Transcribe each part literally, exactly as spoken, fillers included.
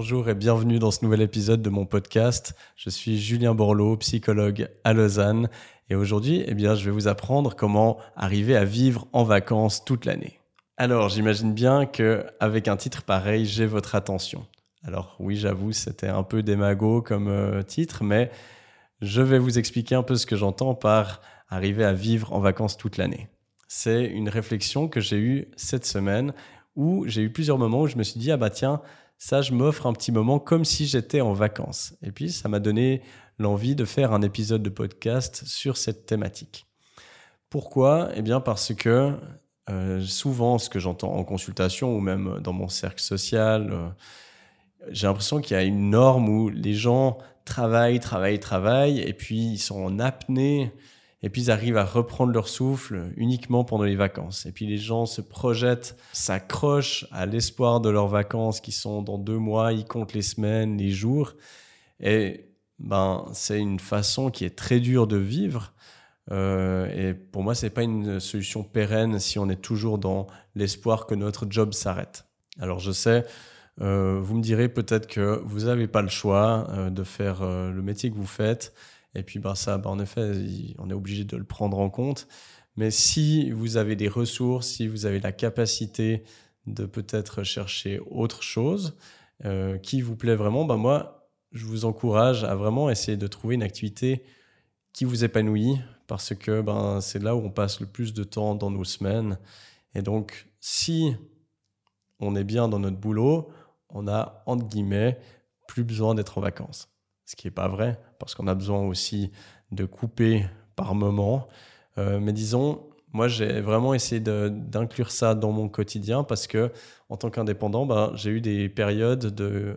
Bonjour et bienvenue dans ce nouvel épisode de mon podcast. Je suis Julien Borloo, psychologue à Lausanne et aujourd'hui, eh bien, je vais vous apprendre comment arriver à vivre en vacances toute l'année. Alors, j'imagine bien qu'avec un titre pareil, j'ai votre attention. Alors oui, j'avoue, c'était un peu démago comme euh, titre, mais je vais vous expliquer un peu ce que j'entends par arriver à vivre en vacances toute l'année. C'est une réflexion que j'ai eue cette semaine où j'ai eu plusieurs moments où je me suis dit « Ah bah tiens, ça, je m'offre un petit moment comme si j'étais en vacances. » Et puis, ça m'a donné l'envie de faire un épisode de podcast sur cette thématique. Pourquoi ? Eh bien, parce que euh, souvent, ce que j'entends en consultation ou même dans mon cercle social, euh, j'ai l'impression qu'il y a une norme où les gens travaillent, travaillent, travaillent, et puis ils sont en apnée, et puis ils arrivent à reprendre leur souffle uniquement pendant les vacances. Et puis les gens se projettent, s'accrochent à l'espoir de leurs vacances qui sont dans deux mois, ils comptent les semaines, les jours. Et ben, c'est une façon qui est très dure de vivre. Euh, et pour moi, c'est pas une solution pérenne si on est toujours dans l'espoir que notre job s'arrête. Alors je sais, euh, vous me direz peut-être que vous n'avez pas le choix euh, de faire euh, le métier que vous faites. Et puis ben ça, ben en effet, on est obligé de le prendre en compte. Mais si vous avez des ressources, si vous avez la capacité de peut-être chercher autre chose euh, qui vous plaît vraiment, ben moi, je vous encourage à vraiment essayer de trouver une activité qui vous épanouit parce que ben, c'est là où on passe le plus de temps dans nos semaines. Et donc, si on est bien dans notre boulot, on a, entre guillemets, plus besoin d'être en vacances. Ce qui n'est pas vrai, parce qu'on a besoin aussi de couper par moment. Euh, mais disons, moi, j'ai vraiment essayé de, d'inclure ça dans mon quotidien parce que, en tant qu'indépendant, ben, j'ai eu des périodes de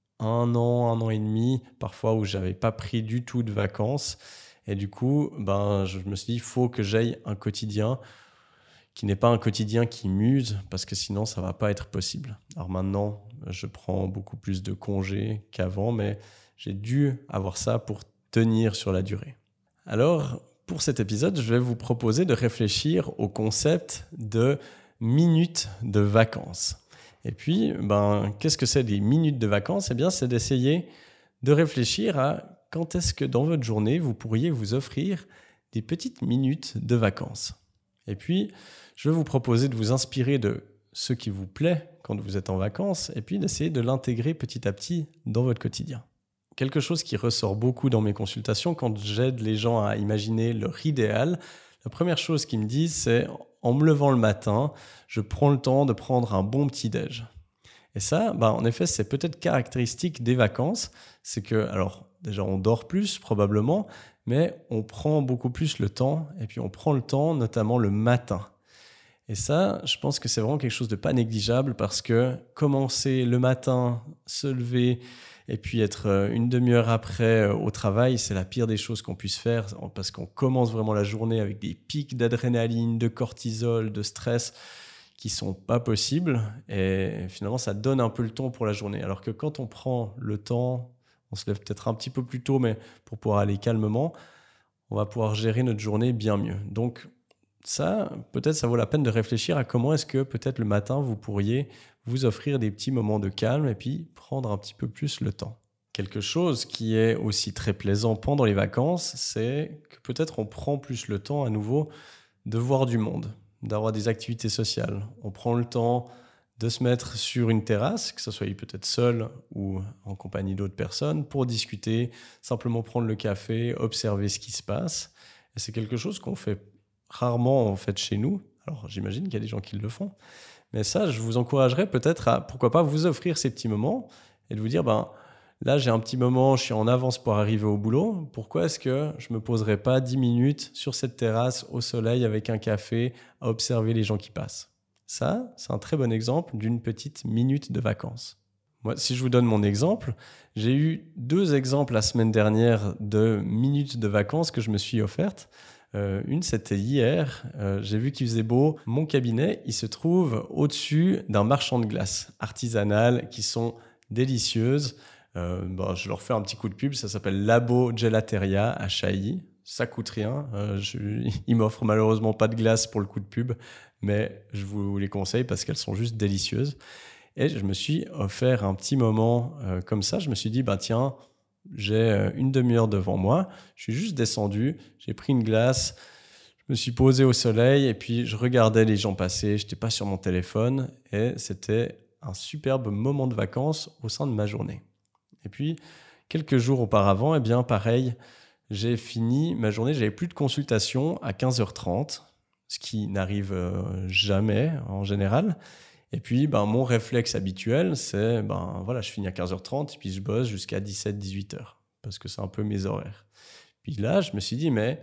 un an, un an et demi, parfois où je n'avais pas pris du tout de vacances. Et du coup, ben, je me suis dit, il faut que j'aille un quotidien qui n'est pas un quotidien qui m'use, parce que sinon, ça ne va pas être possible. Alors maintenant, je prends beaucoup plus de congés qu'avant, mais j'ai dû avoir ça pour tenir sur la durée. Alors, pour cet épisode, je vais vous proposer de réfléchir au concept de minutes de vacances. Et puis, ben, qu'est-ce que c'est des minutes de vacances ? Eh bien, c'est d'essayer de réfléchir à quand est-ce que dans votre journée, vous pourriez vous offrir des petites minutes de vacances. Et puis, je vais vous proposer de vous inspirer de ce qui vous plaît quand vous êtes en vacances et puis d'essayer de l'intégrer petit à petit dans votre quotidien. Quelque chose qui ressort beaucoup dans mes consultations quand j'aide les gens à imaginer leur idéal, la première chose qu'ils me disent, c'est en me levant le matin, je prends le temps de prendre un bon petit-déj. Et ça, bah, en effet, c'est peut-être caractéristique des vacances. C'est que, alors, déjà, on dort plus probablement, mais on prend beaucoup plus le temps, et puis on prend le temps notamment le matin. Et ça, je pense que c'est vraiment quelque chose de pas négligeable parce que commencer le matin, se lever et puis être une demi-heure après au travail, c'est la pire des choses qu'on puisse faire parce qu'on commence vraiment la journée avec des pics d'adrénaline, de cortisol, de stress qui sont pas possibles et finalement ça donne un peu le ton pour la journée. Alors que quand on prend le temps, on se lève peut-être un petit peu plus tôt, mais pour pouvoir aller calmement, on va pouvoir gérer notre journée bien mieux. Donc ça, peut-être ça vaut la peine de réfléchir à comment est-ce que peut-être le matin, vous pourriez vous offrir des petits moments de calme et puis prendre un petit peu plus le temps. Quelque chose qui est aussi très plaisant pendant les vacances, c'est que peut-être on prend plus le temps à nouveau de voir du monde, d'avoir des activités sociales. On prend le temps de se mettre sur une terrasse, que ce soit peut-être seul ou en compagnie d'autres personnes, pour discuter, simplement prendre le café, observer ce qui se passe. Et c'est quelque chose qu'on fait rarement en fait chez nous. Alors j'imagine qu'il y a des gens qui le font. Mais ça, je vous encouragerais peut-être à, pourquoi pas, vous offrir ces petits moments et de vous dire, ben, là j'ai un petit moment, je suis en avance pour arriver au boulot. Pourquoi est-ce que je ne me poserais pas dix minutes sur cette terrasse au soleil avec un café à observer les gens qui passent ? Ça, c'est un très bon exemple d'une petite minute de vacances. Moi, si je vous donne mon exemple, j'ai eu deux exemples la semaine dernière de minutes de vacances que je me suis offertes. Euh, une, c'était hier. Euh, j'ai vu qu'il faisait beau. Mon cabinet, il se trouve au-dessus d'un marchand de glace artisanal qui sont délicieuses. Euh, bon, je leur fais un petit coup de pub. Ça s'appelle Labo Gelateria à Chailly. Ça coûte rien. Euh, je, ils m'offrent malheureusement pas de glace pour le coup de pub, mais je vous les conseille parce qu'elles sont juste délicieuses. Et je me suis offert un petit moment euh, comme ça. Je me suis dit, bah tiens, j'ai une demi-heure devant moi. Je suis juste descendu, j'ai pris une glace, je me suis posé au soleil et puis je regardais les gens passer. Je n'étais pas sur mon téléphone et c'était un superbe moment de vacances au sein de ma journée. Et puis, quelques jours auparavant, eh bien, pareil, j'ai fini ma journée. J'avais plus de consultation à quinze heures trente, ce qui n'arrive euh, jamais en général. Et puis, ben, mon réflexe habituel, c'est, ben, voilà, je finis à quinze heures trente et puis je bosse jusqu'à dix-sept dix-huit heures parce que c'est un peu mes horaires. Puis là, je me suis dit, mais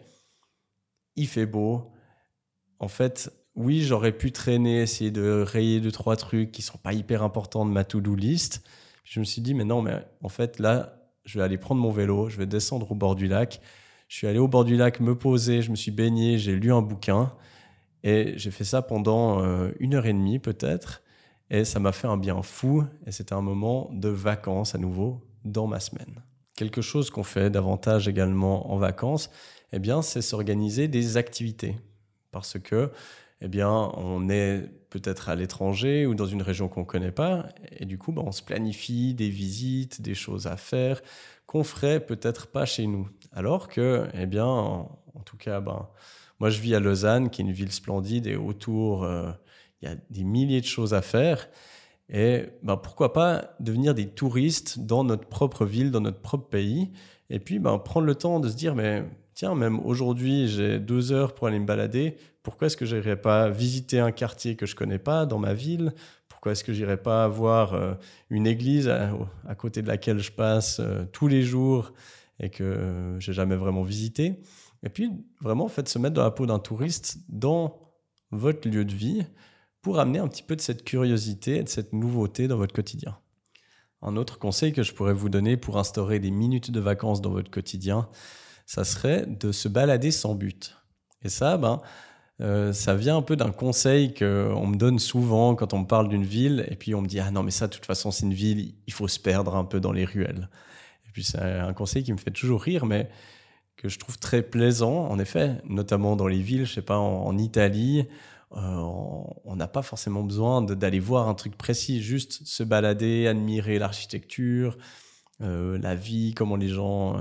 il fait beau. En fait, oui, j'aurais pu traîner, essayer de rayer deux, trois trucs qui ne sont pas hyper importants de ma to-do list. Puis je me suis dit, mais non, mais en fait, là, je vais aller prendre mon vélo, je vais descendre au bord du lac. Je suis allé au bord du lac me poser, je me suis baigné, j'ai lu un bouquin. Et j'ai fait ça pendant euh, une heure et demie peut-être. Et ça m'a fait un bien fou. Et c'était un moment de vacances à nouveau dans ma semaine. Quelque chose qu'on fait davantage également en vacances, eh bien, c'est s'organiser des activités. Parce que, eh bien, on est peut-être à l'étranger ou dans une région qu'on ne connaît pas. Et du coup, ben, on se planifie des visites, des choses à faire qu'on ferait peut-être pas chez nous. Alors que, eh bien, en, en tout cas, ben, moi, je vis à Lausanne, qui est une ville splendide et autour, euh, il y a des milliers de choses à faire. Et ben, pourquoi pas devenir des touristes dans notre propre ville, dans notre propre pays. Et puis, ben, prendre le temps de se dire, mais tiens, même aujourd'hui, j'ai deux heures pour aller me balader. Pourquoi est-ce que je n'irais pas visiter un quartier que je ne connais pas dans ma ville ? Pourquoi est-ce que je n'irais pas voir euh, une église à, à côté de laquelle je passe euh, tous les jours et que euh, je n'ai jamais vraiment visité ? Et puis, vraiment, en fait, se mettre dans la peau d'un touriste dans votre lieu de vie pour amener un petit peu de cette curiosité et de cette nouveauté dans votre quotidien. Un autre conseil que je pourrais vous donner pour instaurer des minutes de vacances dans votre quotidien, ça serait de se balader sans but. Et ça, ben, euh, ça vient un peu d'un conseil qu'on me donne souvent quand on me parle d'une ville. Et puis, on me dit « Ah non, mais ça, de toute façon, c'est une ville, il faut se perdre un peu dans les ruelles. » Et puis, c'est un conseil qui me fait toujours rire, mais que je trouve très plaisant, en effet, notamment dans les villes, je sais pas, en, en Italie, euh, on n'a pas forcément besoin de, d'aller voir un truc précis, juste se balader, admirer l'architecture, euh, la vie, comment les gens euh,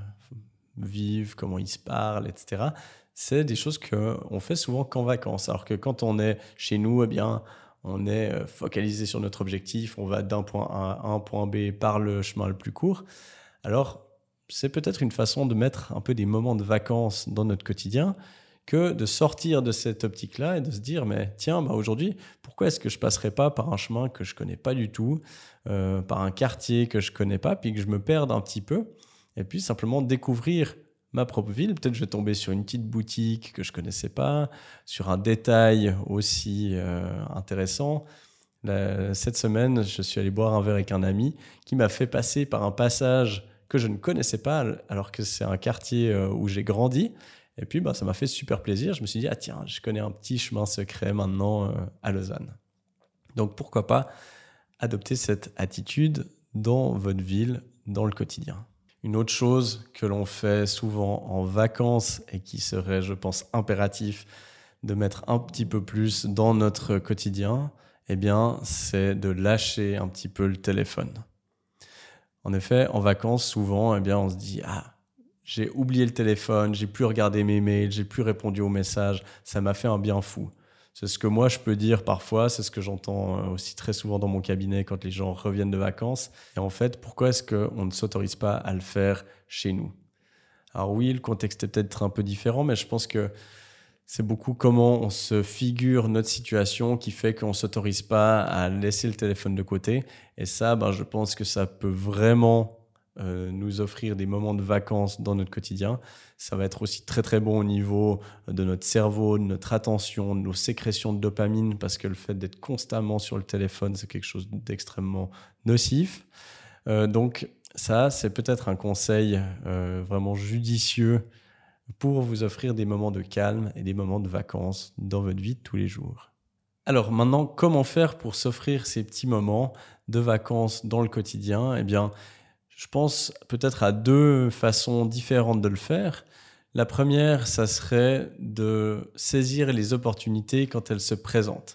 vivent, comment ils se parlent, et cetera. C'est des choses qu'on fait souvent qu'en vacances, alors que quand on est chez nous, eh bien, on est focalisé sur notre objectif, on va d'un point A à un point B par le chemin le plus court. Alors, c'est peut-être une façon de mettre un peu des moments de vacances dans notre quotidien que de sortir de cette optique-là et de se dire, mais tiens, bah aujourd'hui, pourquoi est-ce que je ne passerais pas par un chemin que je ne connais pas du tout, euh, par un quartier que je ne connais pas, puis que je me perde un petit peu, et puis simplement découvrir ma propre ville. Peut-être je vais tomber sur une petite boutique que je ne connaissais pas, sur un détail aussi euh, intéressant. La, cette semaine, je suis allé boire un verre avec un ami qui m'a fait passer par un passage que je ne connaissais pas, alors que c'est un quartier où j'ai grandi. Et puis, bah, ça m'a fait super plaisir. Je me suis dit, ah tiens, je connais un petit chemin secret maintenant euh, à Lausanne. Donc, pourquoi pas adopter cette attitude dans votre ville, dans le quotidien. Une autre chose que l'on fait souvent en vacances et qui serait, je pense, impératif de mettre un petit peu plus dans notre quotidien, eh bien, c'est de lâcher un petit peu le téléphone. En effet, en vacances, souvent, eh bien, on se dit « Ah, j'ai oublié le téléphone, j'ai plus regardé mes mails, j'ai plus répondu aux messages, ça m'a fait un bien fou. » C'est ce que moi, je peux dire parfois, c'est ce que j'entends aussi très souvent dans mon cabinet quand les gens reviennent de vacances. Et en fait, pourquoi est-ce qu'on ne s'autorise pas à le faire chez nous ? Alors oui, le contexte est peut-être un peu différent, mais je pense que c'est beaucoup comment on se figure notre situation qui fait qu'on ne s'autorise pas à laisser le téléphone de côté. Et ça, ben, je pense que ça peut vraiment euh, nous offrir des moments de vacances dans notre quotidien. Ça va être aussi très très bon au niveau de notre cerveau, de notre attention, de nos sécrétions de dopamine, parce que le fait d'être constamment sur le téléphone, c'est quelque chose d'extrêmement nocif. Euh, donc ça, c'est peut-être un conseil euh, vraiment judicieux pour vous offrir des moments de calme et des moments de vacances dans votre vie de tous les jours. Alors maintenant, comment faire pour s'offrir ces petits moments de vacances dans le quotidien ? Eh bien, je pense peut-être à deux façons différentes de le faire. La première, ça serait de saisir les opportunités quand elles se présentent.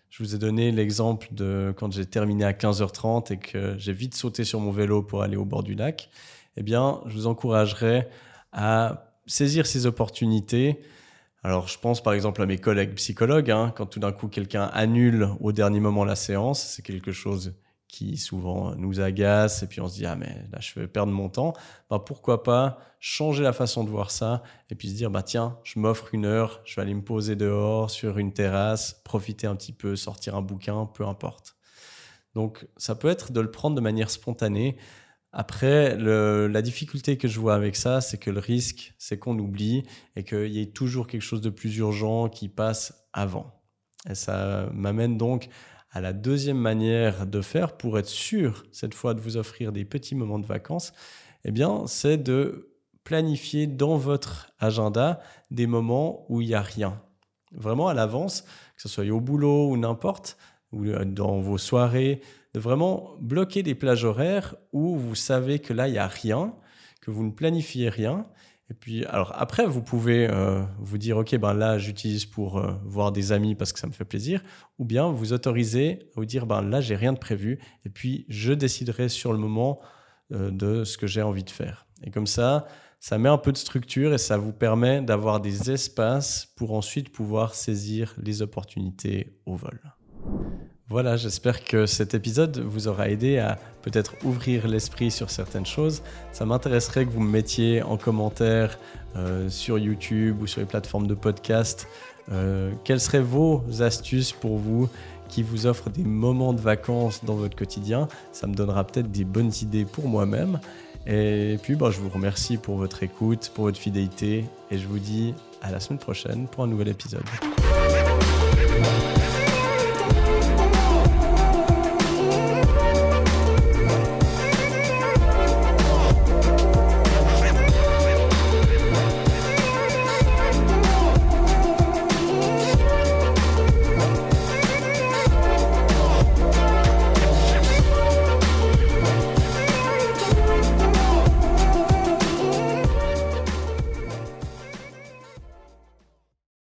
Je vous ai donné l'exemple de quand j'ai terminé à quinze heures trente et que j'ai vite sauté sur mon vélo pour aller au bord du lac. Eh bien, je vous encouragerais à saisir ces opportunités. Alors, je pense par exemple à mes collègues psychologues. Hein, quand tout d'un coup, quelqu'un annule au dernier moment la séance, c'est quelque chose qui souvent nous agace et puis on se dit « Ah, mais là, je vais perdre mon temps. » Ben, pourquoi pas changer la façon de voir ça et puis se dire bah, « Tiens, je m'offre une heure, je vais aller me poser dehors sur une terrasse, profiter un petit peu, sortir un bouquin, peu importe. » Donc, ça peut être de le prendre de manière spontanée. Après, le, la difficulté que je vois avec ça, c'est que le risque, c'est qu'on oublie et qu'il y ait toujours quelque chose de plus urgent qui passe avant. Et ça m'amène donc à la deuxième manière de faire pour être sûr, cette fois, de vous offrir des petits moments de vacances, eh bien, c'est de planifier dans votre agenda des moments où il n'y a rien. Vraiment à l'avance, que ce soit au boulot ou n'importe, ou dans vos soirées, de vraiment bloquer des plages horaires où vous savez que là, il n'y a rien, que vous ne planifiez rien. Et puis, alors après, vous pouvez euh, vous dire, OK, ben là, j'utilise pour euh, voir des amis parce que ça me fait plaisir. Ou bien vous autorisez à vous dire, ben là, j'ai rien de prévu. Et puis, je déciderai sur le moment euh, de ce que j'ai envie de faire. Et comme ça, ça met un peu de structure et ça vous permet d'avoir des espaces pour ensuite pouvoir saisir les opportunités au vol. Voilà, j'espère que cet épisode vous aura aidé à peut-être ouvrir l'esprit sur certaines choses. Ça m'intéresserait que vous me mettiez en commentaire euh, sur YouTube ou sur les plateformes de podcast euh, quelles seraient vos astuces pour vous qui vous offrent des moments de vacances dans votre quotidien. Ça me donnera peut-être des bonnes idées pour moi-même. Et puis, bah, je vous remercie pour votre écoute, pour votre fidélité et je vous dis à la semaine prochaine pour un nouvel épisode.